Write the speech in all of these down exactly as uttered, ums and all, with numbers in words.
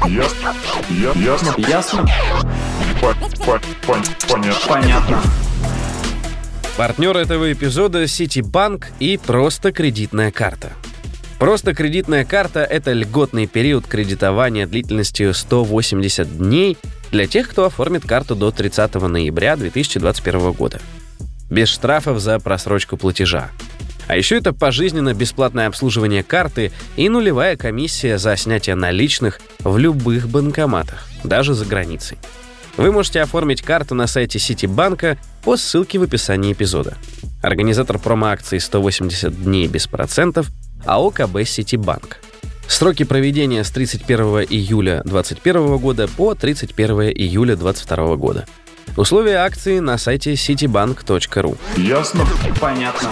Ясно. Ясно. Ясно. Понятно. Понятно. Партнер этого эпизода – Ситибанк и «Просто кредитная карта». «Просто кредитная карта» — это льготный период кредитования длительностью сто восемьдесят дней для тех, кто оформит карту до тридцатого ноября две тысячи двадцать первого года. Без штрафов за просрочку платежа. А еще это пожизненно бесплатное обслуживание карты и нулевая комиссия за снятие наличных в любых банкоматах, даже за границей. Вы можете оформить карту на сайте Ситибанка по ссылке в описании эпизода. Организатор промо-акции сто восемьдесят дней без процентов – АО КБ «Ситибанк». Сроки проведения с тридцать первого июля двадцать первого года по тридцать первого июля двадцать второго года. Условия акции на сайте ситибанк точка ру. Ясно. Понятно.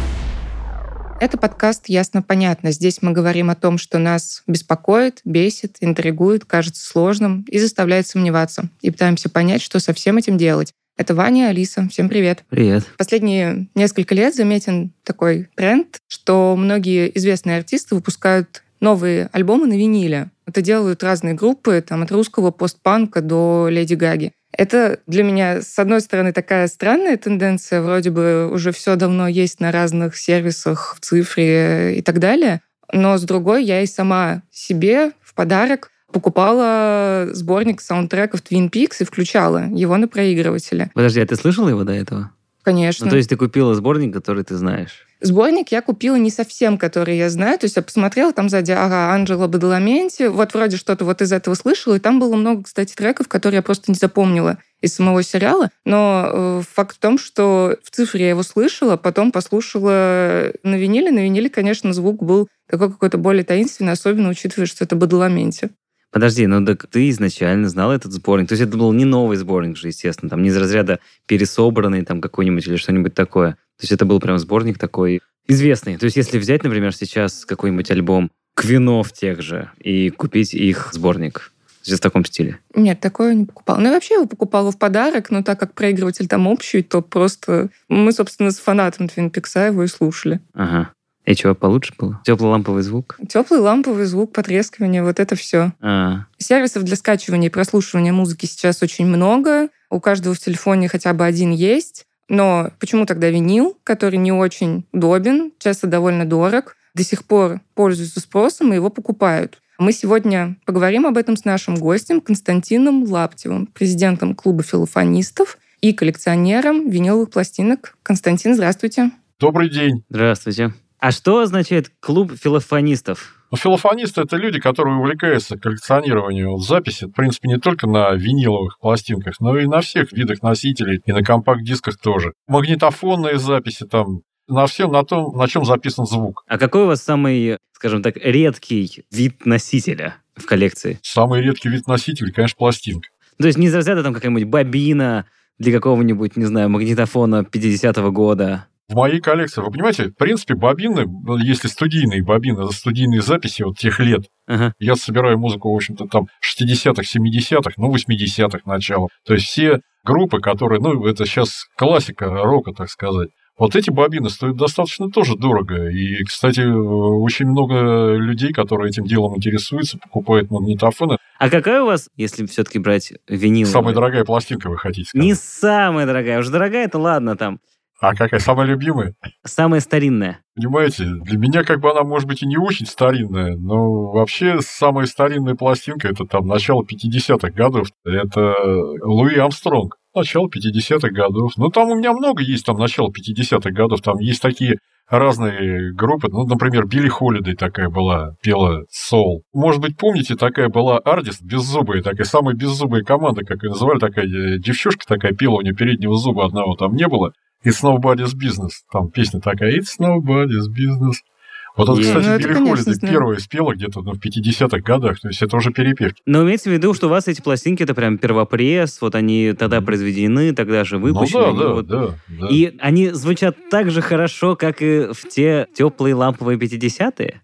Это подкаст «Ясно-понятно». Здесь мы говорим о том, что нас беспокоит, бесит, интригует, кажется сложным и заставляет сомневаться. И пытаемся понять, что со всем этим делать. Это Ваня, Алиса. Всем привет. Привет. Последние несколько лет заметен такой тренд, что многие известные артисты выпускают новые альбомы на виниле. Это делают разные группы, там, от русского постпанка до Леди Гаги. Это для меня, с одной стороны, такая странная тенденция, вроде бы уже все давно есть на разных сервисах, в цифре и так далее, но с другой я и сама себе в подарок покупала сборник саундтреков Twin Peaks и включала его на проигрывателе. Подожди, а ты слышала его до этого? Конечно. Ну, то есть ты купила сборник, который ты знаешь? Сборник я купила не совсем, который я знаю. То есть я посмотрела там сзади, ага, Анджело Бадаламенти. Вот вроде что-то вот из этого слышала. И там было много, кстати, треков, которые я просто не запомнила из самого сериала. Но э, факт в том, что в цифре я его слышала, потом послушала на виниле. На виниле, конечно, звук был такой какой-то более таинственный, особенно учитывая, что это Бадаламенти. Подожди, ну так ты изначально знал этот сборник. То есть это был не новый сборник же, естественно, там не из разряда пересобранный там какой-нибудь или что-нибудь такое. То есть это был прям сборник такой известный. То есть если взять, например, сейчас какой-нибудь альбом Квинов тех же и купить их сборник в таком стиле. Нет, такое я не покупала. Ну, я вообще его покупала в подарок, но так как проигрыватель там общий, то просто мы, собственно, с фанатом Twin Peaks его и слушали. Ага. И чего, получше было? Теплый ламповый звук? Теплый ламповый звук, потрескивание, вот это все. А. Сервисов для скачивания и прослушивания музыки сейчас очень много. У каждого в телефоне хотя бы один есть. Но почему тогда винил, который не очень удобен, часто довольно дорог, до сих пор пользуется спросом и его покупают? Мы сегодня поговорим об этом с нашим гостем Константином Лаптевым, президентом клуба филофонистов и коллекционером виниловых пластинок. Константин, здравствуйте. Добрый день. Здравствуйте. А что означает клуб филофонистов? Ну, филофонисты – это люди, которые увлекаются коллекционированием записи, в принципе, не только на виниловых пластинках, но и на всех видах носителей, и на компакт-дисках тоже. Магнитофонные записи, там, на всем, на том, на чем записан звук. А какой у вас самый, скажем так, редкий вид носителя в коллекции? Самый редкий вид носителя, конечно, пластинка. То есть не из разряда там какая-нибудь бобина для какого-нибудь, не знаю, магнитофона пятидесятого года? В моей коллекции, вы понимаете, в принципе, бобины, если студийные бобины, студийные записи вот тех лет, ага. Я собираю музыку, в общем-то, там шестидесятых, семидесятых, ну, восьмидесятых начала. То есть все группы, которые, ну, это сейчас классика рока, так сказать. Вот эти бобины стоят достаточно тоже дорого. И, кстати, очень много людей, которые этим делом интересуются, покупают магнитофоны. А какая у вас, если все-таки брать винил? Самая дорогая пластинка, вы хотите сказать? Не самая дорогая. Уж дорогая, это ладно там. А какая? Самая любимая? Самая старинная. Понимаете, для меня как бы она, может быть, и не очень старинная, но вообще самая старинная пластинка – это там начало пятидесятых годов. Это Луи Армстронг. Начало пятидесятых годов. Ну, там у меня много есть, там, начало пятидесятых годов. Там есть такие разные группы. Ну, например, Билли Холидей такая была, пела соул. Может быть, помните, такая была Ардис, беззубая, такая самая беззубая команда, как ее называли, такая девчушка такая пела, у нее переднего зуба одного там не было. It's nobody's business. Там песня такая «It's nobody's business». Вот это, кстати, ну, Билли Холидей первая спела где-то ну, в пятидесятых годах, то есть это уже перепевки. Но имеется в виду, что у вас эти пластинки, это прям первопресс, вот они тогда произведены, тогда же выпущены. Ну да, да, вот. да, да. И они звучат так же хорошо, как и в те теплые ламповые пятидесятые?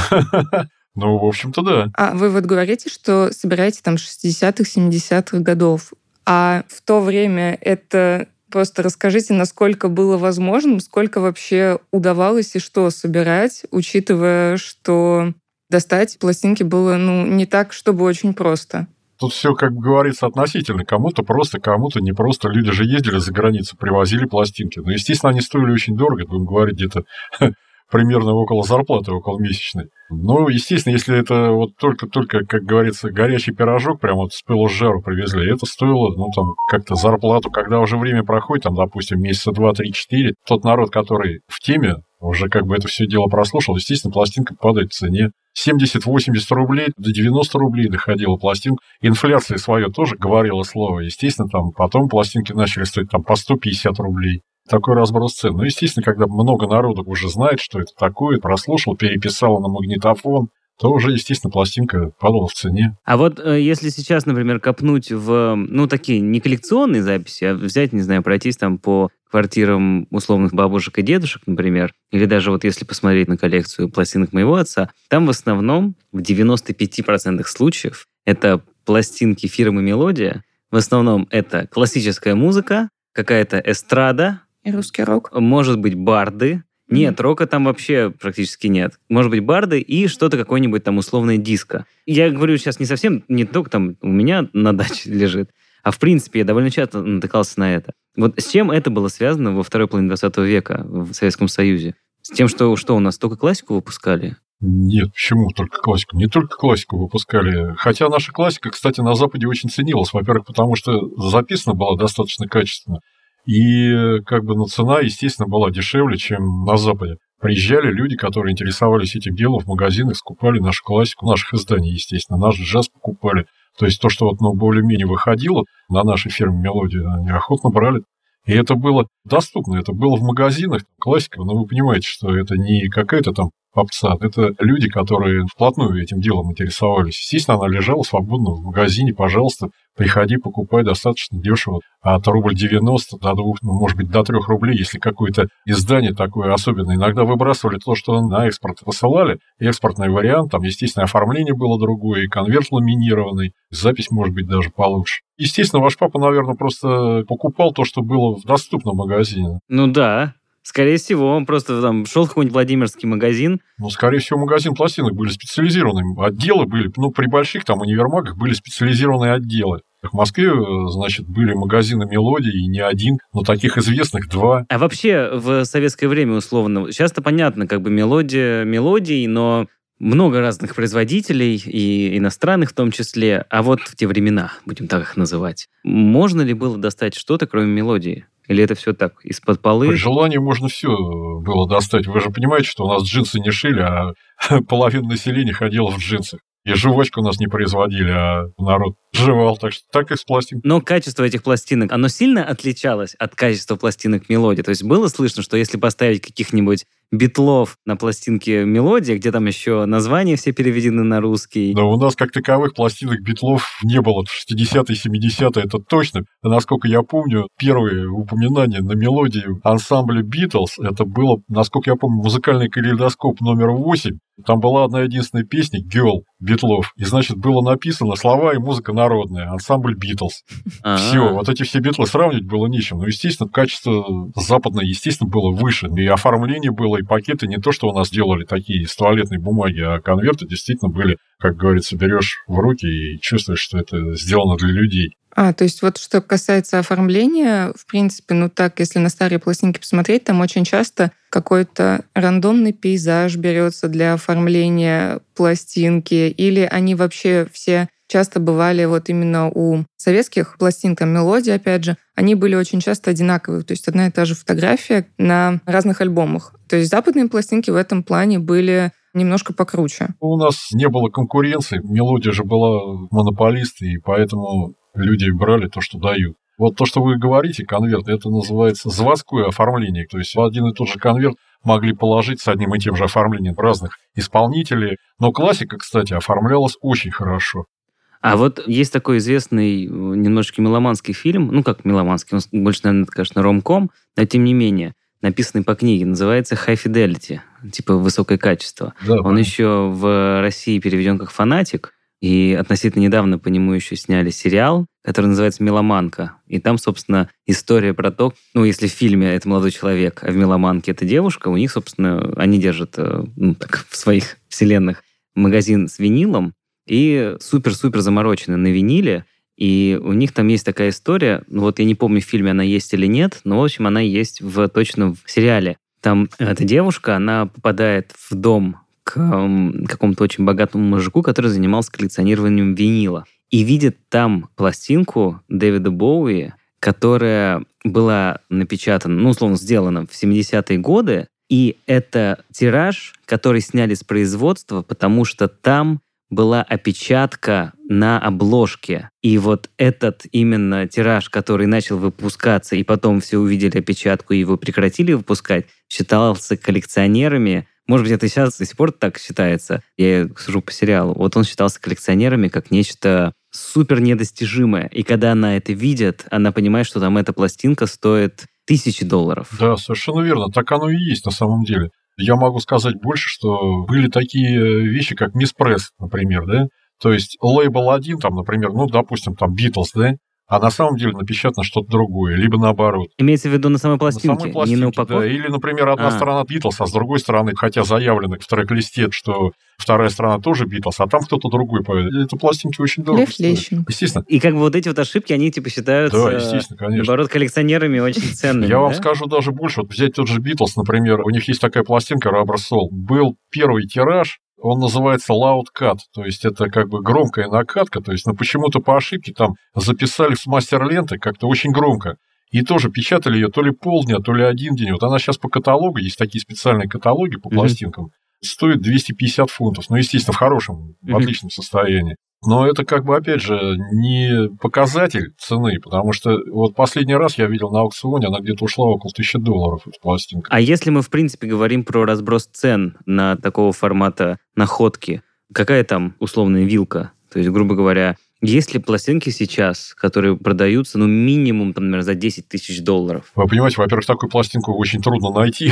Ну, в общем-то, да. А вы вот говорите, что собираете там шестидесятых, семидесятых годов, а в то время это... Просто расскажите, насколько было возможным, сколько вообще удавалось и что собирать, учитывая, что достать пластинки было, ну, не так, чтобы очень просто. Тут все, как говорится, относительно. Кому-то просто, кому-то не просто. Люди же ездили за границу, привозили пластинки. Но, естественно, они стоили очень дорого. Будем говорить, где-то примерно около зарплаты, около месячной. Ну, естественно, если это вот только-только, как говорится, горячий пирожок, прям вот с пылу с жару привезли, это стоило, ну, там, как-то зарплату. Когда уже время проходит, там, допустим, месяца два, три, четыре, тот народ, который в теме, уже как бы это все дело прослушал, естественно, пластинка падает в цене. семьдесят-восемьдесят рублей, до девяносто рублей доходила пластинка. Инфляция свое тоже говорила слово. Естественно, там потом пластинки начали стоить там по сто пятьдесят рублей. Такой разброс цен. Ну, естественно, когда много народу уже знает, что это такое, прослушал, переписал на магнитофон, то уже, естественно, пластинка падала в цене. А вот э, если сейчас, например, копнуть в, ну, такие не коллекционные записи, а взять, не знаю, пройтись там по квартирам условных бабушек и дедушек, например, или даже вот если посмотреть на коллекцию пластинок моего отца, там в основном в девяноста пяти процентах случаев это пластинки фирмы «Мелодия». В основном это классическая музыка, какая-то эстрада, И русский рок. может быть, барды. Нет, рока там вообще практически нет. Может быть, барды и что-то какое-нибудь там условное диско. Я говорю сейчас не совсем, не только там у меня на даче лежит, а в принципе я довольно часто натыкался на это. Вот с чем это было связано во второй половине двадцатого века в Советском Союзе? С тем, что, что у нас только классику выпускали? Нет, почему только классику? Не только классику выпускали. Хотя наша классика, кстати, на Западе очень ценилась. Во-первых, потому что записана была достаточно качественно. И как бы ну, цена, естественно, была дешевле, чем на Западе. Приезжали люди, которые интересовались этим делом в магазинах, скупали нашу классику, наших изданий, естественно, наш джаз покупали. То есть то, что вот, ну, более-менее выходило на нашей фирме «Мелодия», они охотно брали. И это было доступно, это было в магазинах, классика, но вы понимаете, что это не какая-то там попса, это люди, которые вплотную этим делом интересовались. Естественно, она лежала свободно в магазине, пожалуйста, приходи, покупай, достаточно дешево. От рубль девяносто до двух, ну, может быть, до трех рублей, если какое-то издание такое особенное. Иногда выбрасывали то, что на экспорт посылали, экспортный вариант, там, естественно, оформление было другое, и конверт ламинированный, запись, может быть, даже получше. Естественно, ваш папа, наверное, просто покупал то, что было в доступном магазине. Ну да. Скорее всего, он просто там шел в какой-нибудь Владимирский магазин. Ну, скорее всего, магазин пластинок были специализированные. Отделы были, ну, при больших там универмагах были специализированные отделы. В Москве, значит, были магазины «Мелодии», и не один, но таких известных два. А вообще в советское время, условно, сейчас-то понятно, как бы мелодия мелодий, но много разных производителей, и иностранных в том числе. А вот в те времена, будем так их называть, можно ли было достать что-то, кроме мелодии? Или это все так, из-под полы? При желании можно все было достать. Вы же понимаете, что у нас джинсы не шили, а половина населения ходила в джинсах. И жвачку у нас не производили, а народ жевал. Так что так и с пластинкой. Но качество этих пластинок, оно сильно отличалось от качества пластинок «Мелодии»? То есть было слышно, что если поставить каких-нибудь Битлов на пластинке «Мелодия», где там еще названия все переведены на русский. Да, у нас как таковых пластинок Битлов не было. В шестидесятые, семидесятые это точно. А насколько я помню, первые упоминания на мелодию ансамбля «Битлз» это было, насколько я помню, музыкальный калейдоскоп номер восемь. Там была одна единственная песня «Girl» Битлов. И, значит, было написано слова и музыка народная. Ансамбль «Битлз». Все, вот эти все Битлы сравнивать было нечем. Ну, естественно, качество западное, естественно, было выше. И оформление было, и пакеты не то, что у нас делали такие из туалетной бумаги, а конверты действительно были, как говорится, берешь в руки и чувствуешь, что это сделано для людей. А, то есть вот что касается оформления, в принципе, ну так, если на старые пластинки посмотреть, там очень часто какой-то рандомный пейзаж берется для оформления пластинки, или они вообще все часто бывали вот именно у советских пластин, там «Мелодия», опять же, они были очень часто одинаковые, то есть одна и та же фотография на разных альбомах. То есть западные пластинки в этом плане были немножко покруче. У нас не было конкуренции, «Мелодия» же была монополист, и поэтому люди брали то, что дают. Вот то, что вы говорите, конверт, это называется заводское оформление. То есть в один и тот же конверт могли положить с одним и тем же оформлением разных исполнителей. Но классика, кстати, оформлялась очень хорошо. А вот есть такой известный немножечко меломанский фильм, ну как меломанский, он больше, наверное, конечно, ромком, но тем не менее, написанный по книге, называется «High Fidelity», типа «Высокое качество». Да, он понятно. Еще в России переведен как «Фанатик», и относительно недавно по нему еще сняли сериал, который называется «Меломанка». И там, собственно, история про то, ну, если в фильме это молодой человек, а в «Меломанке» это девушка, у них, собственно, они держат, ну, так, в своих вселенных магазин с винилом и супер-супер заморочены на виниле. И у них там есть такая история, ну вот я не помню, в фильме она есть или нет, но, в общем, она есть в, точно в сериале. Там эта девушка, она попадает в дом к м, какому-то очень богатому мужику, который занимался коллекционированием винила. И видит там пластинку Дэвида Боуи, которая была напечатана, ну, условно, сделана в семидесятые годы. И это тираж, который сняли с производства, потому что там была опечатка на обложке. И вот этот именно тираж, который начал выпускаться, и потом все увидели опечатку и его прекратили выпускать, считался коллекционерами. Может быть, это сейчас до сих пор так считается. Я сужу по сериалу. Вот он считался коллекционерами как нечто супер недостижимое. И когда она это видит, она понимает, что там эта пластинка стоит тысячи долларов. Да, совершенно верно. Так оно и есть на самом деле. Я могу сказать больше, что были такие вещи, как Мисс Пресс, например, да? То есть лейбл один, там, например, ну, допустим, там, Битлз, да? А на самом деле напечатано что-то другое, либо наоборот. Имеется в виду на самой пластинке, на самой пластинке, не на упаковке? Да. Или, например, одна а. сторона Битлз, а с другой стороны, хотя заявлено в трек-листе, что вторая сторона тоже Битлз, а там кто-то другой поет. Эти пластинки очень дорого Лев стоят. Лещенко. Естественно. И как бы вот эти вот ошибки, они типа считаются, Да, естественно, конечно. наоборот, коллекционерами очень ценными. Я вам да? скажу даже больше. Вот взять тот же Битлз, например, у них есть такая пластинка Rubber Soul. Был первый тираж, он называется Loud Cut, то есть это как бы громкая накатка, то есть, но почему-то по ошибке там записали с мастер-ленты как-то очень громко. И тоже печатали ее то ли полдня, то ли один день. Вот она сейчас по каталогу, есть такие специальные каталоги по пластинкам, mm-hmm. стоит двести пятьдесят фунтов. Ну, естественно, в хорошем, в mm-hmm. отличном состоянии. Но это как бы, опять же, не показатель цены, потому что вот последний раз я видел на аукционе, она где-то ушла около тысячи долларов, эта пластинка. А если мы, в принципе, говорим про разброс цен на такого формата находки, какая там условная вилка? То есть, грубо говоря, есть ли пластинки сейчас, которые продаются, ну, минимум, там, например, за десять тысяч долларов? Вы понимаете, во-первых, такую пластинку очень трудно найти.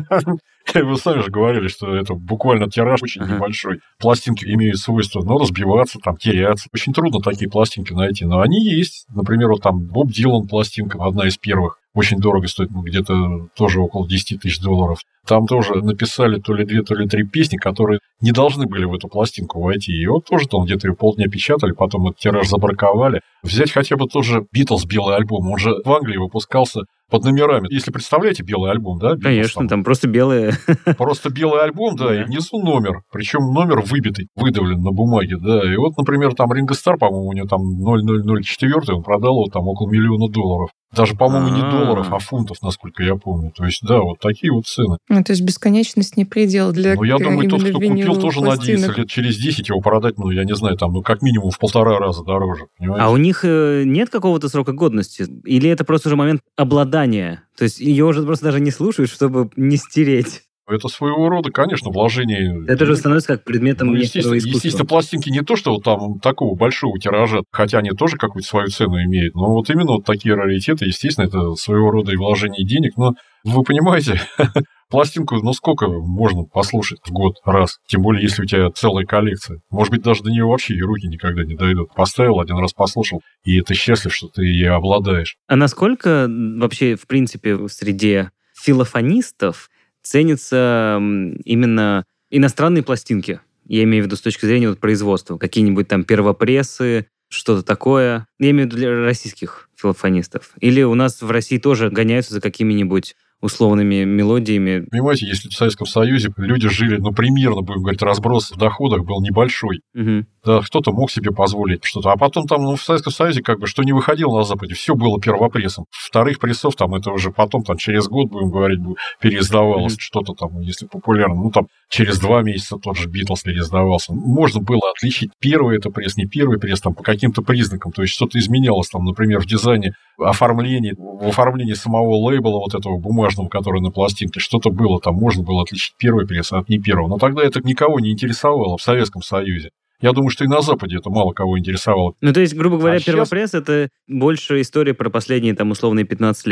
Вы сами же говорили, что это буквально тираж очень ага. небольшой. Пластинки имеют свойство, ну, разбиваться, там, теряться. Очень трудно такие пластинки найти, но они есть. Например, вот там Боб Дилан пластинка, одна из первых. Очень дорого стоит, ну, где-то тоже около десять тысяч долларов. Там тоже написали то ли две, то ли три песни, которые не должны были в эту пластинку войти. И вот тоже там где-то ее полдня печатали, потом этот тираж забраковали. Взять хотя бы тот же Битлз белый альбом. Он же в Англии выпускался под номерами. Если представляете белый альбом, да? Beatles, конечно, там, там просто белые. Просто белый альбом, да, и внизу номер. Причем номер выбитый, выдавлен на бумаге, да. И вот, например, там Ринго Стар, по-моему, у него там ноль ноль ноль четыре, он продал его там около миллиона долларов. Даже, по-моему, не долларов, а фунтов, насколько я помню. То есть, да, вот такие вот цены. Ну, то есть бесконечность не предел для Ну, я думаю, тот, кто купил, тоже пластинок. надеется лет через десять его продать, ну, я не знаю, там, ну, как минимум в полтора раза дороже, понимаете? А у них э, нет какого-то срока годности? Или это просто уже момент обладания? То есть ее уже просто даже не слушают, чтобы не стереть? Это своего рода, конечно, вложение. Это же становится как предметом ну, некоторого естественно, искусства. Естественно, пластинки не то, что вот там такого большого тиража, хотя они тоже какую-то свою цену имеют, но вот именно вот такие раритеты, естественно, это своего рода и вложение денег. Но вы понимаете, пластинку, ну сколько можно послушать в год раз? Тем более, если у тебя целая коллекция. Может быть, даже до нее вообще и руки никогда не дойдут. Поставил, один раз послушал, и ты счастлив, что ты ей обладаешь. А насколько вообще, в принципе, в среде филофонистов ценятся именно иностранные пластинки? Я имею в виду с точки зрения вот производства. Какие-нибудь там первопрессы, что-то такое. Я имею в виду для российских филофонистов. Или у нас в России тоже гоняются за какими-нибудь условными мелодиями. Понимаете, если в Советском Союзе люди жили, ну, примерно, будем говорить, разброс в доходах был небольшой. Угу. Да, кто-то мог себе позволить что-то. А потом там, ну, в Советском Союзе, как бы, что не выходило на Западе, все было первопрессом. Вторых прессов, там, это уже потом, там, через год, будем говорить, переиздавалось угу. что-то там, если популярно. Ну, там, через два месяца тот же Битлз переиздавался. Можно было отличить, первый это пресс, не первый пресс, там, по каким-то признакам. То есть, что-то изменялось, там, например, в дизайне, оформлении, в оформлении самого лейбла вот этого бумажного, который на пластинке, что-то было там, можно было отличить первый пресс от не первого. Но тогда это никого не интересовало в Советском Союзе. Я думаю, что и на Западе это мало кого интересовало. Ну, то есть, грубо говоря, а первопресс сейчас... это больше история про последние, там, условные пятнадцать лет.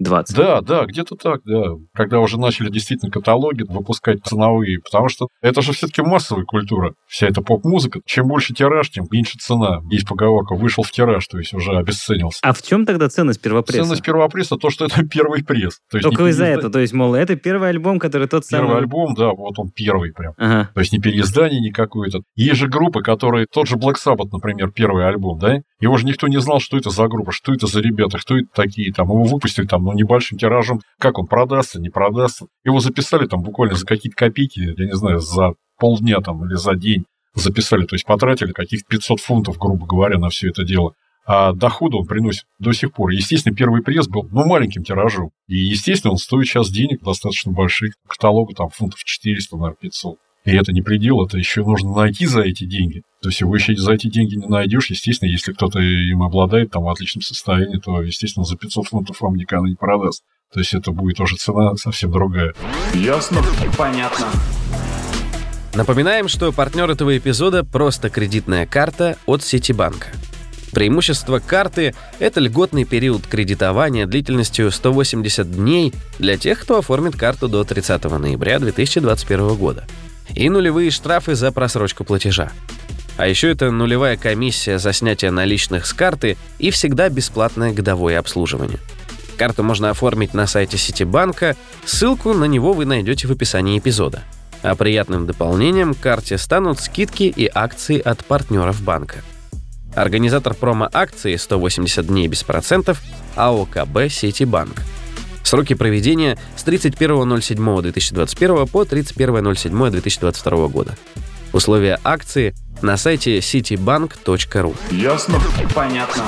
двадцать. Да, да, где-то так, да. Когда уже начали действительно каталоги выпускать ценовые, потому что это же все-таки массовая культура, вся эта поп-музыка. Чем больше тираж, тем меньше цена. Есть поговорка, вышел в тираж, то есть уже обесценился. А в чем тогда ценность первопресса? Ценность первопресса то, что это первый пресс. То есть только из-за переизда... этого, то есть, мол, это первый альбом, который тот первый самый... Первый альбом, да, вот он первый прям. Ага. То есть не переиздание не какое-то. Есть же группы, которые... Тот же Black Sabbath, например, первый альбом, да? Его же никто не знал, что это за группа, что это за ребята, кто это такие. Там его выпустили там, ну, небольшим тиражом. Как он продастся, не продастся. Его записали там буквально за какие-то копейки, я не знаю, за полдня там или за день записали. То есть потратили каких-то пятьсот фунтов, грубо говоря, на все это дело. А дохода он приносит до сих пор. Естественно, первый пресс был, ну, маленьким тиражом. И, естественно, он стоит сейчас денег достаточно больших. Каталога там фунтов четыреста, наверное, пятьсот. И это не предел, это еще нужно найти за эти деньги. То есть его еще за эти деньги не найдешь. Естественно, если кто-то им обладает там в отличном состоянии, то, естественно, за пятьсот фунтов вам никогда не продаст. То есть это будет уже цена совсем другая. Ясно? Понятно. Напоминаем, что партнер этого эпизода просто кредитная карта от Ситибанка. Преимущество карты – это льготный период кредитования длительностью сто восемьдесят дней для тех, кто оформит карту до тридцатого ноября две тысячи двадцать первого года. И нулевые штрафы за просрочку платежа. А еще это нулевая комиссия за снятие наличных с карты и всегда бесплатное годовое обслуживание. Карту можно оформить на сайте Ситибанка, ссылку на него вы найдете в описании эпизода. А приятным дополнением к карте станут скидки и акции от партнеров банка. Организатор промо-акции сто восемьдесят дней без процентов АО КБ «Ситибанк». Сроки проведения с тридцать первого ноль седьмого две тысячи двадцать первого по тридцать первого ноль седьмого две тысячи двадцать второго года. Условия акции на сайте ситибанк точка ру. Ясно? Понятно.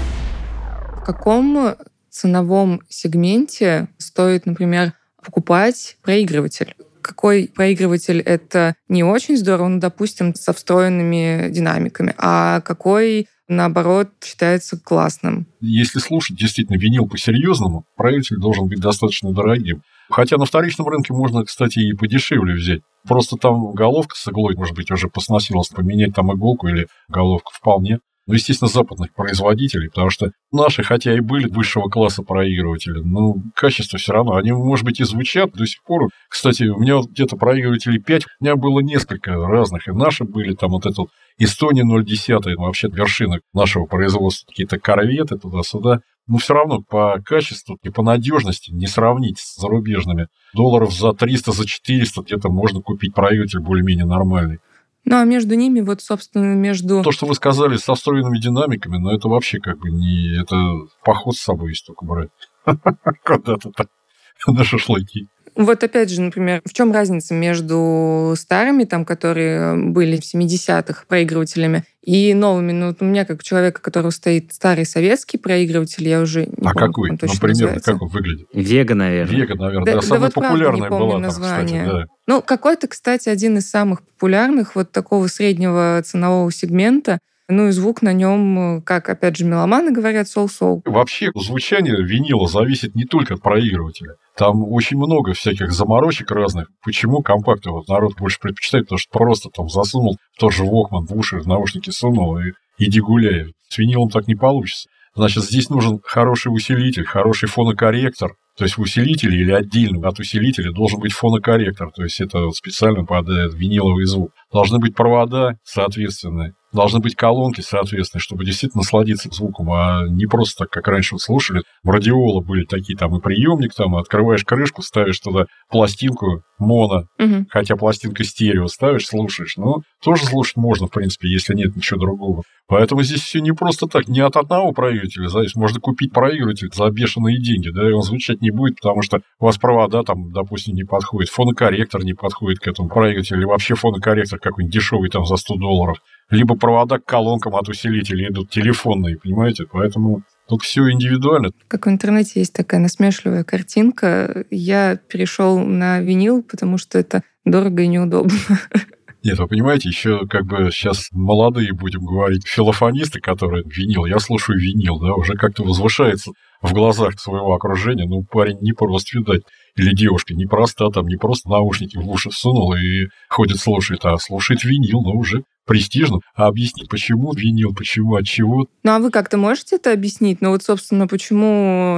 В каком ценовом сегменте стоит, например, покупать проигрыватель? Какой проигрыватель — это не очень здорово, ну, допустим, со встроенными динамиками, а какой, наоборот, считается классным? Если слушать действительно винил по-серьезному, проигрыватель должен быть достаточно дорогим. Хотя на вторичном рынке можно, кстати, и подешевле взять. Просто там головка с иглой, может быть, уже посносилась, поменять там иголку или головку вполне. Ну, естественно, западных производителей, потому что наши, хотя и были высшего класса проигрыватели, но качество все равно. Они, может быть, и звучат до сих пор. Кстати, у меня вот где-то проигрывателей пять, у меня было несколько разных. И наши были, там вот этот Estonia ноль десять, вообще вершина нашего производства, какие-то корветы туда-сюда. Но все равно по качеству и по надежности не сравнить с зарубежными. Долларов за триста, за четыреста где-то можно купить проигрыватель более-менее нормальный. Ну, а между ними, вот, собственно, между... То, что вы сказали, со встроенными динамиками, но это вообще как бы не... Это поход с собой есть только брать. Куда-то так на шашлыки. Вот опять же, например, в чем разница между старыми, там, которые были в семидесятых проигрывателями, и новыми? Ну, вот у меня, как у человека, у которого стоит старый советский проигрыватель, я уже не а помню, какой? как он точно Ну, примерно, называется. как он выглядит? Вега, наверное. Вега, наверное. Да, Да, да самая вот правда популярная не помню была там, название. кстати, да. Ну, какой-то, кстати, один из самых популярных, вот такого среднего ценового сегмента. Ну и звук на нем, как, опять же, меломаны говорят, соу-соу. Вообще, звучание винила зависит не только от проигрывателя. Там очень много всяких заморочек разных. Почему компакты вот народ больше предпочитает? Потому что просто там засунул в тот же Walkman в уши, в наушники сунул и иди гуляй. С винилом так не получится. Значит, здесь нужен хороший усилитель, хороший фонокорректор. То есть в усилителе или отдельно от усилителя должен быть фонокорректор. То есть это специально под виниловый звук. Должны быть провода соответственные. Должны быть колонки соответственные, чтобы действительно насладиться звуком, а не просто так, как раньше вот слушали. В радиоло были такие там и приемник, там открываешь крышку, ставишь туда пластинку моно, Угу. хотя пластинка стерео ставишь, слушаешь. Но тоже слушать можно, в принципе, если нет ничего другого. Поэтому здесь все не просто так, не от одного проигрывателя зависит. Можно купить проигрыватель за бешеные деньги, да, и он звучать не будет, потому что у вас провода там, допустим, не подходит, фонокорректор не подходит к этому проигрывателю, или вообще фонокорректор какой-нибудь дешевый там за сто долларов. Либо провода к колонкам от усилителя идут телефонные, понимаете? Поэтому тут все индивидуально. Как в интернете есть такая насмешливая картинка. Я перешел на винил, потому что это дорого и неудобно. Нет, вы понимаете, еще как бы сейчас молодые, будем говорить, филофонисты, которые винил, я слушаю винил, да, уже как-то возвышается в глазах своего окружения. Ну, парень не просто, видать, или девушка не проста, там не просто наушники в уши всунул и ходит слушает, а слушает винил, но уже престижно. А объяснить, почему винил, почему, от чего? Ну, а вы как-то можете это объяснить? Ну, вот, собственно, почему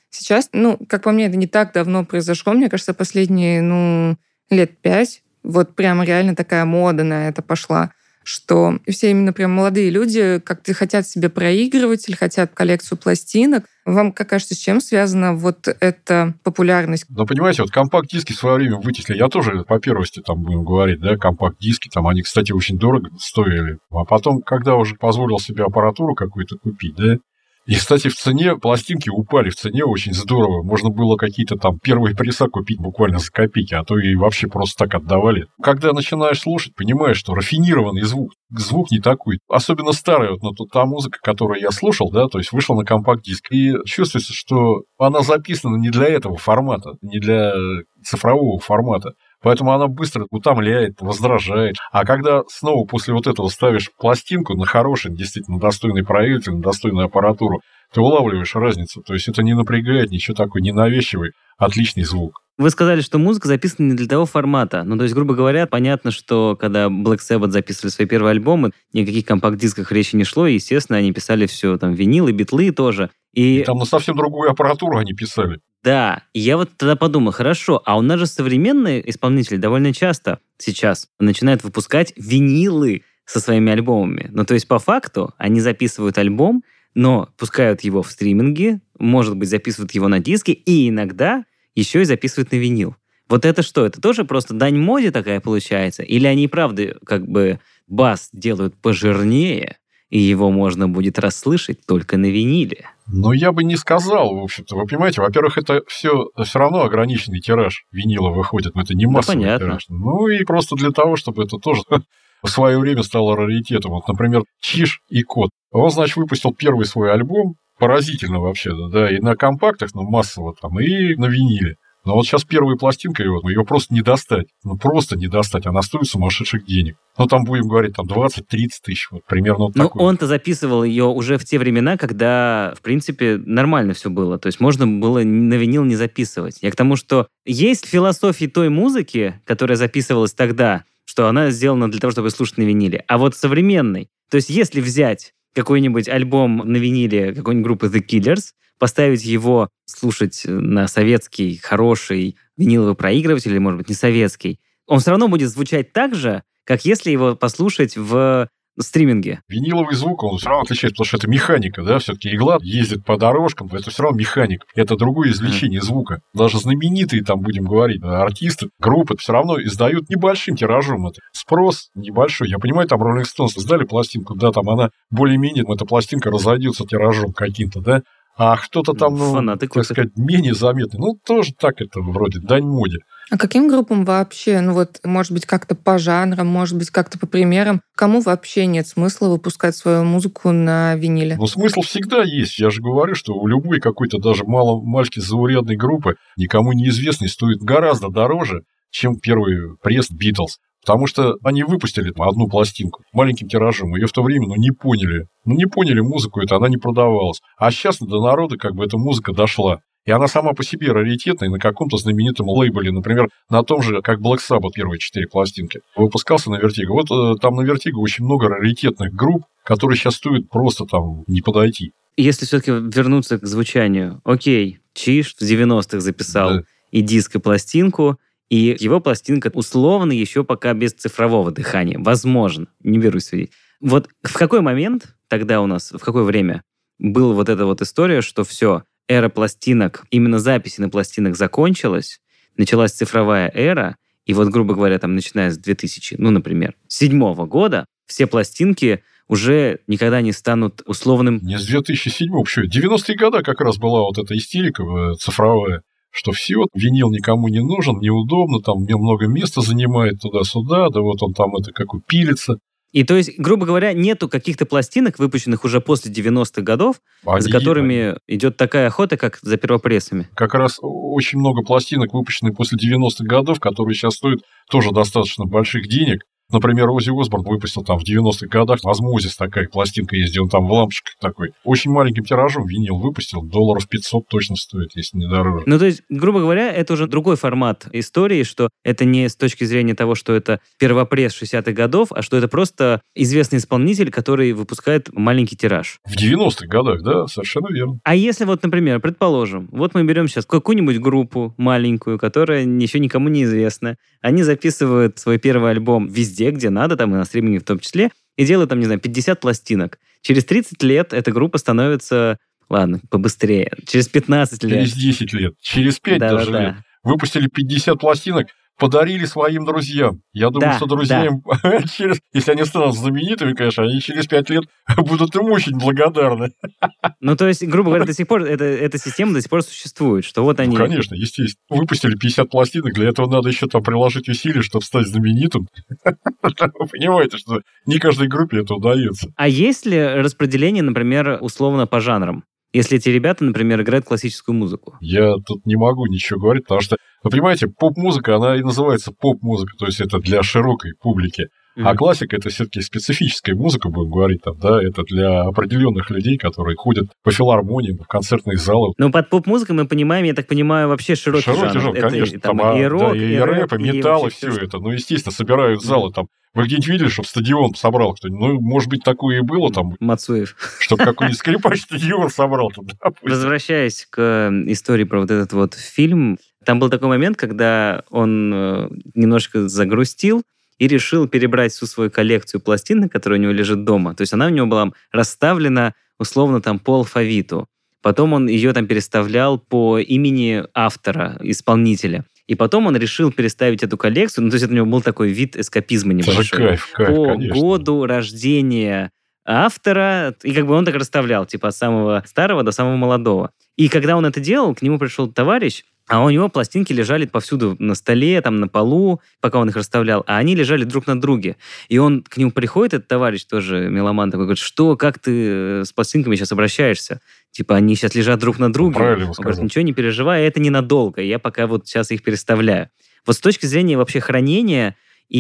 Сейчас, ну, как по мне, это не так давно произошло. Мне кажется, последние, ну, лет пять. Вот прямо реально такая мода на это пошла, что все именно прям молодые люди как-то хотят себе проигрыватель, хотят коллекцию пластинок. Вам как кажется, с чем связана вот эта популярность? Ну, понимаете, вот компакт-диски в свое время вытеснили. Я тоже по первости там будем говорить, да, компакт-диски, там они, кстати, очень дорого стоили. А потом, когда уже позволил себе аппаратуру какую-то купить, да, и, кстати, в цене пластинки упали, в цене очень здорово. Можно было какие-то там первые пресса купить буквально за копейки, а то и вообще просто так отдавали. Когда начинаешь слушать, понимаешь, что рафинированный звук, звук не такой. Особенно старая, вот, ну, та музыка, которую я слушал, да, то есть вышла на компакт-диск. И чувствуется, что она записана не для этого формата, не для цифрового формата. Поэтому она быстро утомляет, раздражает. А когда снова после вот этого ставишь пластинку на хороший, действительно достойный проигрыватель, на достойную аппаратуру, ты улавливаешь разницу. То есть это не напрягает, ничего такой ненавязчивый, отличный звук. Вы сказали, что музыка записана не для того формата. Ну, то есть, грубо говоря, понятно, что когда Black Sabbath записывали свои первые альбомы, ни о каких компакт-дисках речи не шло, и, естественно, они писали все, там, винилы, битлы тоже. И... и там на совсем другую аппаратуру они писали. Да, и я вот тогда подумал, хорошо, а у нас же современные исполнители довольно часто сейчас начинают выпускать винилы со своими альбомами. Ну, то есть, по факту, они записывают альбом, но пускают его в стриминге, может быть, записывают его на диске, и иногда еще и записывают на винил. Вот это что? Это тоже просто дань моде такая получается? Или они, правда, как бы бас делают пожирнее, и его можно будет расслышать только на виниле? Ну, я бы не сказал, в общем-то. Вы понимаете, во-первых, это все все равно ограниченный тираж винила выходит, но это не массовый да, тираж. Ну, и просто для того, чтобы это тоже в свое время стало раритетом. Вот, например, Чиж и Кот. Он, значит, выпустил первый свой альбом, поразительно вообще-то, да, и на компактах, ну, массово там, и на виниле. Но вот сейчас первая пластинка, его, ее просто не достать. Ну, просто не достать. Она стоит сумасшедших денег. Ну, там, будем говорить, там двадцать-тридцать тысяч. Вот, примерно вот такое. Ну, он-то записывал ее уже в те времена, когда, в принципе, нормально все было. То есть можно было на винил не записывать. Я к тому, что есть философия той музыки, которая записывалась тогда, что она сделана для того, чтобы слушать на виниле. А вот современной. То есть если взять какой-нибудь альбом на виниле какой-нибудь группы The Killers, поставить его слушать на советский хороший виниловый проигрыватель, или, может быть, не советский, он все равно будет звучать так же, как если его послушать в стриминге. Виниловый звук, он все равно отличается, потому что это механика, да, все-таки игла ездит по дорожкам, это все равно механик. Это другое извлечение mm. звука. Даже знаменитые, там, будем говорить, артисты, группы все равно издают небольшим тиражом. Это спрос небольшой. Я понимаю, там Rolling Stones издали пластинку, да, там она более-менее, эта пластинка разойдется тиражом каким-то, да, а кто-то там, ну, Фанаты так сказать, менее заметный. Ну, тоже так это вроде дань моде. А каким группам вообще, ну вот, может быть, как-то по жанрам, может быть, как-то по примерам, кому вообще нет смысла выпускать свою музыку на виниле? Ну, смысл всегда есть. Я же говорю, что у любой какой-то даже мало-мальски заурядной группы, никому неизвестной, стоит гораздо дороже, чем первый пресс Битлз. Потому что они выпустили одну пластинку маленьким тиражом, ее в то время ну, не поняли. Ну, не поняли музыку, это она не продавалась. А сейчас до народа как бы эта музыка дошла. И она сама по себе раритетная на каком-то знаменитом лейбле. Например, на том же, как Black Sabbath, первые четыре пластинки. Выпускался на Vertigo. Вот э, там на Vertigo очень много раритетных групп, которые сейчас стоят просто там не подойти. Если все-таки вернуться к звучанию. Окей, Чиж в девяностых записал да. и диск, и пластинку. И его пластинка условно еще пока без цифрового дыхания. Возможно. Не берусь судить. Вот в какой момент тогда у нас, в какое время была вот эта вот история, что все, эра пластинок, именно записи на пластинах закончилась, началась цифровая эра, и вот, грубо говоря, там, начиная с две тысячи, ну, например, седьмого года, все пластинки уже никогда не станут условным... Не с две тысячи седьмого, вообще, девяностые годы как раз была вот эта истерика цифровая, что все, винил никому не нужен, неудобно, там много места занимает туда-сюда, да вот он там это как пилится. И то есть, грубо говоря, нету каких-то пластинок, выпущенных уже после девяностых годов, они, за которыми они... идет такая охота, как за первопрессами. Как раз очень много пластинок, выпущенных после девяностых годов, которые сейчас стоят тоже достаточно больших денег. Например, Оззи Осборн выпустил там в девяностых годах «Осмозис» такая пластинка есть, где он там в лампочках такой. Очень маленьким тиражом винил выпустил, долларов пятьсот точно стоит, если не дороже. Ну, то есть, грубо говоря, это уже другой формат истории, что это не с точки зрения того, что это первопресс шестидесятых годов, а что это просто известный исполнитель, который выпускает маленький тираж. В девяностых годах, да, совершенно верно. А если вот, например, предположим, вот мы берем сейчас какую-нибудь группу маленькую, которая еще никому не известна, они записывают свой первый альбом везде, где надо, там и на стриминге в том числе, и делают там, не знаю, пятьдесят пластинок. Через тридцать лет эта группа становится... Ладно, побыстрее. Через пятнадцать лет. Через десять лет. Через пять да, даже да, лет. Да. Выпустили пятьдесят пластинок, подарили своим друзьям. Я думаю, да, что друзьям, да. через, если они станут знаменитыми, конечно, они через пять лет будут им очень благодарны. Ну, то есть, грубо говоря, до сих пор это, эта система до сих пор существует, что вот они... Ну, конечно, естественно. Выпустили пятьдесят пластинок, для этого надо еще там приложить усилия, чтобы стать знаменитым. Вы понимаете, что не каждой группе это удается. А есть ли распределение, например, условно по жанрам? Если эти ребята, например, играют классическую музыку. Я тут не могу ничего говорить, потому что, вы понимаете, поп-музыка, она и называется поп-музыка, то есть это для широкой публики. Mm-hmm. А классика — это все-таки специфическая музыка, будем говорить, там, да, это для определенных людей, которые ходят по филармониям, в концертные залы. Ну, под поп-музыкой мы понимаем, я так понимаю, вообще широкий, широкий жанр. жанр, это, конечно. Там, там, и рок, да, и, и рэп, и металл, и все что... это. Ну, естественно, собирают залы, mm-hmm. там. Вы где-нибудь видели, чтобы стадион собрал кто-нибудь? Ну, может быть, такое и было там. Мацуев. Чтобы какой-нибудь скрипач стадион собрал. Там, возвращаясь к истории про вот этот вот фильм, там был такой момент, когда он немножко загрустил и решил перебрать всю свою коллекцию пластинок, которая у него лежит дома. То есть она у него была расставлена условно там по алфавиту. Потом он ее там переставлял по имени автора, исполнителя. И потом он решил переставить эту коллекцию. Ну, то есть это у него был такой вид эскапизма небольшой. Это же кайф, кайф, по конечно. году рождения автора. И как бы он так расставлял, типа от самого старого до самого молодого. И когда он это делал, к нему пришел товарищ, а у него пластинки лежали повсюду на столе, там, на полу, пока он их расставлял, а они лежали друг на друге. И он к нему приходит, этот товарищ тоже, меломан такой, говорит, что, как ты с пластинками сейчас обращаешься? Типа, они сейчас лежат друг на друге. Правильно он сказал. говорит, ничего не переживай, это ненадолго, я пока вот сейчас их переставляю. Вот с точки зрения вообще хранения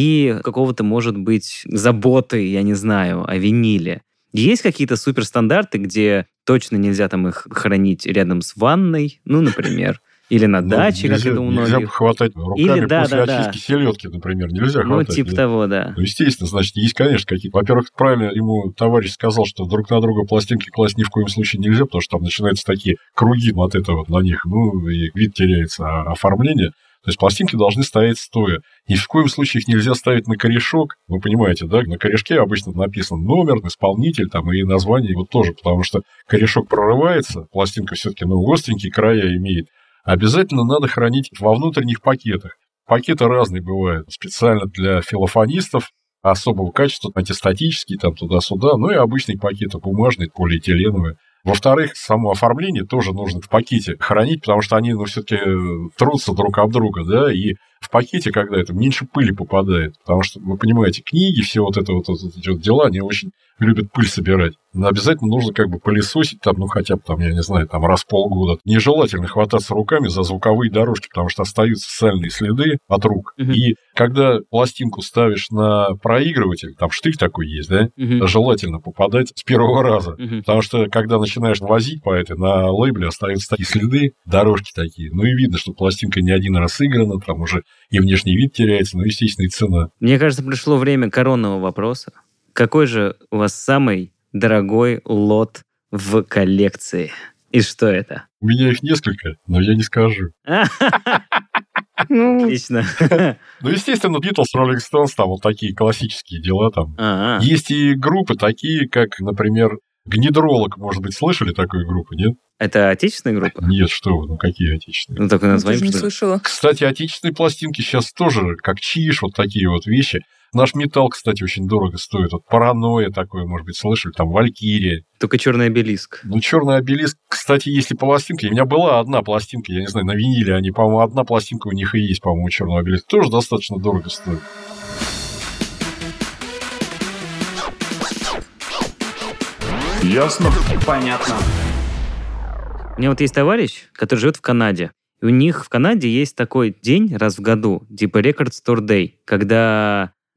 и какого-то, может быть, заботы, я не знаю, о виниле, есть какие-то суперстандарты, где точно нельзя там их хранить рядом с ванной, ну, например, или на ну, даче, нельзя, как это у многих. Нельзя хватать руками Или, да, после да, очистки да. селедки, например. Нельзя ну, хватать. Ну, типа да. того, да. Ну, естественно, значит, есть, конечно, какие-то... Во-первых, правильно ему товарищ сказал, что друг на друга пластинки класть ни в коем случае нельзя, потому что там начинаются такие круги от этого на них, ну, и вид теряется, а оформление... То есть пластинки должны стоять стоя. Ни в коем случае их нельзя ставить на корешок. Вы понимаете, да? На корешке обычно написан номер, исполнитель там, и название вот тоже, потому что корешок прорывается, пластинка все-таки ну, остренькие края имеет. Обязательно надо хранить во внутренних пакетах. Пакеты разные бывают. Специально для филофонистов, особого качества, антистатические, там туда-сюда. Ну и обычные пакеты бумажные, полиэтиленовые. Во-вторых, само оформление тоже нужно в пакете хранить, потому что они, ну, все-таки трутся друг об друга, да, и в пакете, когда это, меньше пыли попадает, потому что, вы понимаете, книги, все вот это вот, вот эти вот дела, они очень любят пыль собирать. Но обязательно нужно как бы пылесосить там, ну, хотя бы там, я не знаю, там раз в полгода. Нежелательно хвататься руками за звуковые дорожки, потому что остаются сальные следы от рук. Uh-huh. И когда пластинку ставишь на проигрыватель, там штырь такой есть, да, uh-huh. желательно попадать с первого раза. Uh-huh. Потому что, когда начинаешь возить по этой, на лейбле остаются такие следы, дорожки такие. Ну, и видно, что пластинка не один раз играна, там уже и внешний вид теряется, ну, естественно, и цена. Мне кажется, пришло время коронного вопроса. Какой же у вас самый дорогой лот в коллекции? И что это? У меня их несколько, но я не скажу. Отлично. Ну, естественно, Beatles, Rolling Stones, там вот такие классические дела там. Есть и группы такие, как, например, Гнидролог, может быть, слышали такую группу, нет? Это отечественная группа? Нет, что вы, ну какие отечественные? Ну, такое название. Я не слышала. Кстати, отечественные пластинки сейчас тоже, как Чиж, вот такие вот вещи. Наш металл, кстати, очень дорого стоит. Вот Паранойя такое, может быть, слышали, там Валькирия. Только Черный обелиск. Ну, Черный обелиск, кстати, если по пластинке, у меня была одна пластинка, я не знаю, на виниле они, по-моему, одна пластинка у них и есть, по-моему, Черного обелиска. Тоже достаточно дорого стоит. Ясно? Понятно. У меня вот есть товарищ, который живет в Канаде. И у них в Канаде есть такой день раз в году, типа Record Store Day, когда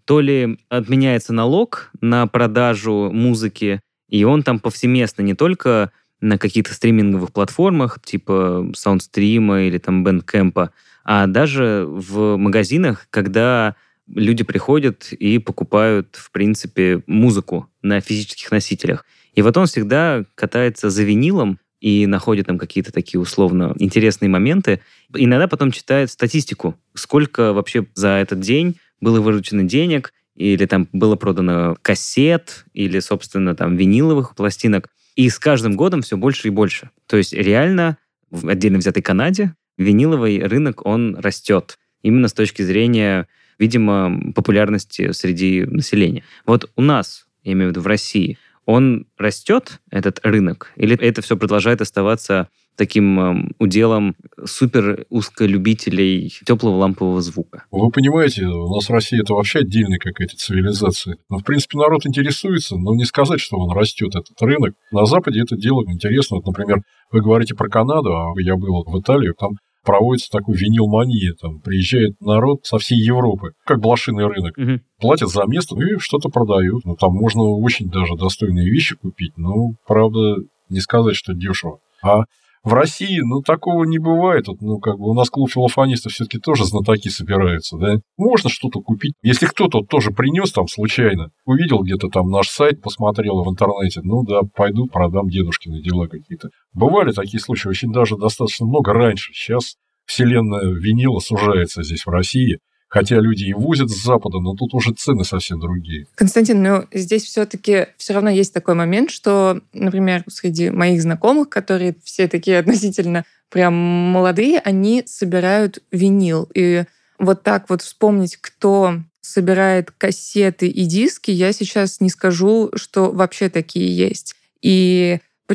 то ли отменяется налог на продажу музыки, и он там повсеместно, не только на каких-то стриминговых платформах, типа Soundstream или там Bandcamp, а даже в магазинах, когда люди приходят и покупают, в принципе, музыку на физических носителях. И вот он всегда катается за винилом и находит там какие-то такие условно интересные моменты. Иногда потом читает статистику, сколько вообще за этот день было выручено денег, или там было продано кассет, или, собственно, там виниловых пластинок. И с каждым годом все больше и больше. То есть реально в отдельно взятой Канаде виниловый рынок, он растет. Именно с точки зрения, видимо, популярности среди населения. Вот у нас, я имею в виду в России, он растет, этот рынок, или это все продолжает оставаться таким э, уделом супер узколюбителей теплого лампового звука? Вы понимаете, у нас Россия — это вообще отдельная какая-то цивилизация. Ну, в принципе, народ интересуется, но не сказать, что он растет, этот рынок. На Западе это дело интересно. Вот, например, вы говорите про Канаду, а я был в Италии, там проводится такой винилмания, там приезжает народ со всей Европы, как блошиный рынок. Угу. Платят за место и что-то продают. Ну, там можно очень даже достойные вещи купить, но, правда, не сказать, что дешево. А в России, ну, такого не бывает. Вот, ну, как бы у нас клуб филофонистов все-таки тоже знатоки собираются, да. Можно что-то купить. Если кто-то тоже принес там случайно, увидел где-то там наш сайт, посмотрел в интернете, ну да, пойду продам дедушкины дела какие-то. Бывали такие случаи, очень даже достаточно много раньше. Сейчас вселенная винила сужается здесь, в России. Хотя люди и возят с Запада, но тут уже цены совсем другие. Константин, но здесь все-таки все равно есть такой момент, что, например, среди моих знакомых, которые все такие относительно прям молодые, они собирают винил. И вот так вот вспомнить, кто собирает кассеты и диски, я сейчас не скажу, что вообще такие есть. И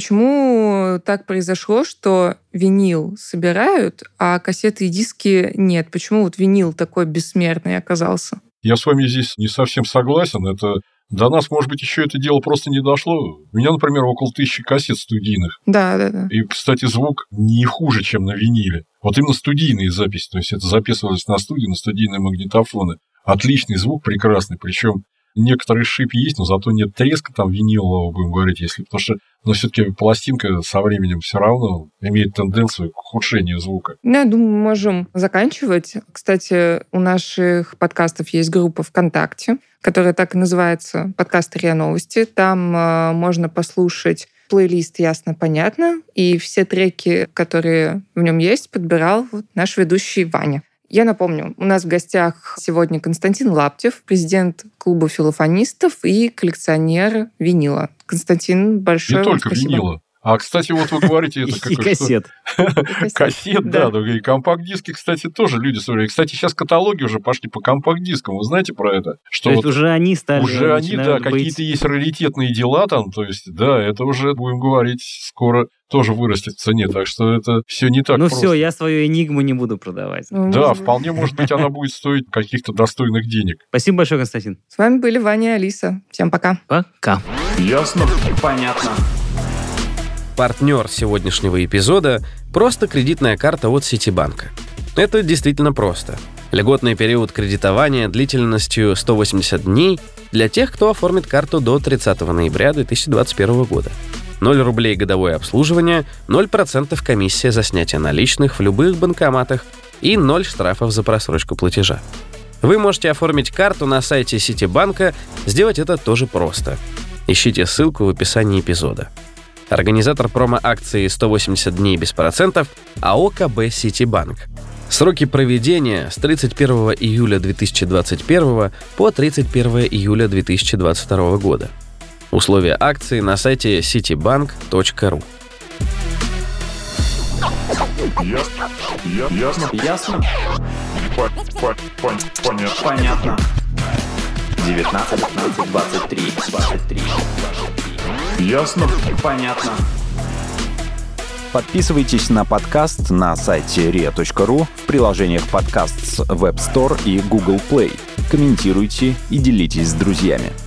почему так произошло, что винил собирают, а кассеты и диски нет? Почему вот винил такой бессмертный оказался? Я с вами здесь не совсем согласен. Это до нас, может быть, еще это дело просто не дошло. У меня, например, около тысячи кассет студийных. Да, да, да. И, кстати, звук не хуже, чем на виниле. Вот именно студийные записи. То есть это записывалось на студии, на студийные магнитофоны. Отличный звук, прекрасный. Причем некоторые шип есть, но зато нет треска там винилового, будем говорить, если, потому что, но все-таки пластинка со временем все равно имеет тенденцию к ухудшению звука. Ну, я думаю, мы можем заканчивать. Кстати, у наших подкастов есть группа ВКонтакте, которая так и называется «Подкасты РИА Новости». Там э, можно послушать плейлист «Ясно-понятно», и все треки, которые в нем есть, подбирал вот наш ведущий Ваня. Я напомню, у нас в гостях сегодня Константин Лаптев, президент клуба филофонистов и коллекционер винила. Константин, большое Не вам только спасибо. винила. А, кстати, вот вы говорите... это И кассет. Кассет, да. И компакт-диски, кстати, тоже люди смотрят. Кстати, сейчас каталоги уже пошли по компакт-дискам. Вы знаете про это? То есть уже они стали... Уже они, да, какие-то есть раритетные дела там. То есть, да, это уже, будем говорить, скоро тоже вырастет в цене. Так что это все не так Ну просто. все, я свою энигму не буду продавать. Да, вполне может быть, она будет стоить каких-то достойных денег. Спасибо большое, Константин. С вами были Ваня и Алиса. Всем пока. Пока. Ясно? Понятно. Партнер сегодняшнего эпизода – просто кредитная карта от Ситибанка. Это действительно просто. Льготный период кредитования длительностью сто восемьдесят дней для тех, кто оформит карту до тридцатого ноября две тысячи двадцать первого года. ноль рублей годовое обслуживание, ноль процентов комиссия за снятие наличных в любых банкоматах и ноль штрафов за просрочку платежа. Вы можете оформить карту на сайте Ситибанка, сделать это тоже просто. Ищите ссылку в описании эпизода. Организатор промо-акции сто восемьдесят дней без процентов АО КБ «Ситибанк». Сроки проведения с тридцать первого июля две тысячи двадцать первого по тридцать первого июля две тысячи двадцать второго года. Условия акции на сайте ситибанк точка ру. Ясно? Ясно? Ясно? Понятно. девятнадцать, пятнадцать, двадцать три, двадцать три. Ясно? Понятно. Подписывайтесь на подкаст на сайте риа точка ру, в приложениях подкаст с Web Store и Google Play. Комментируйте и делитесь с друзьями.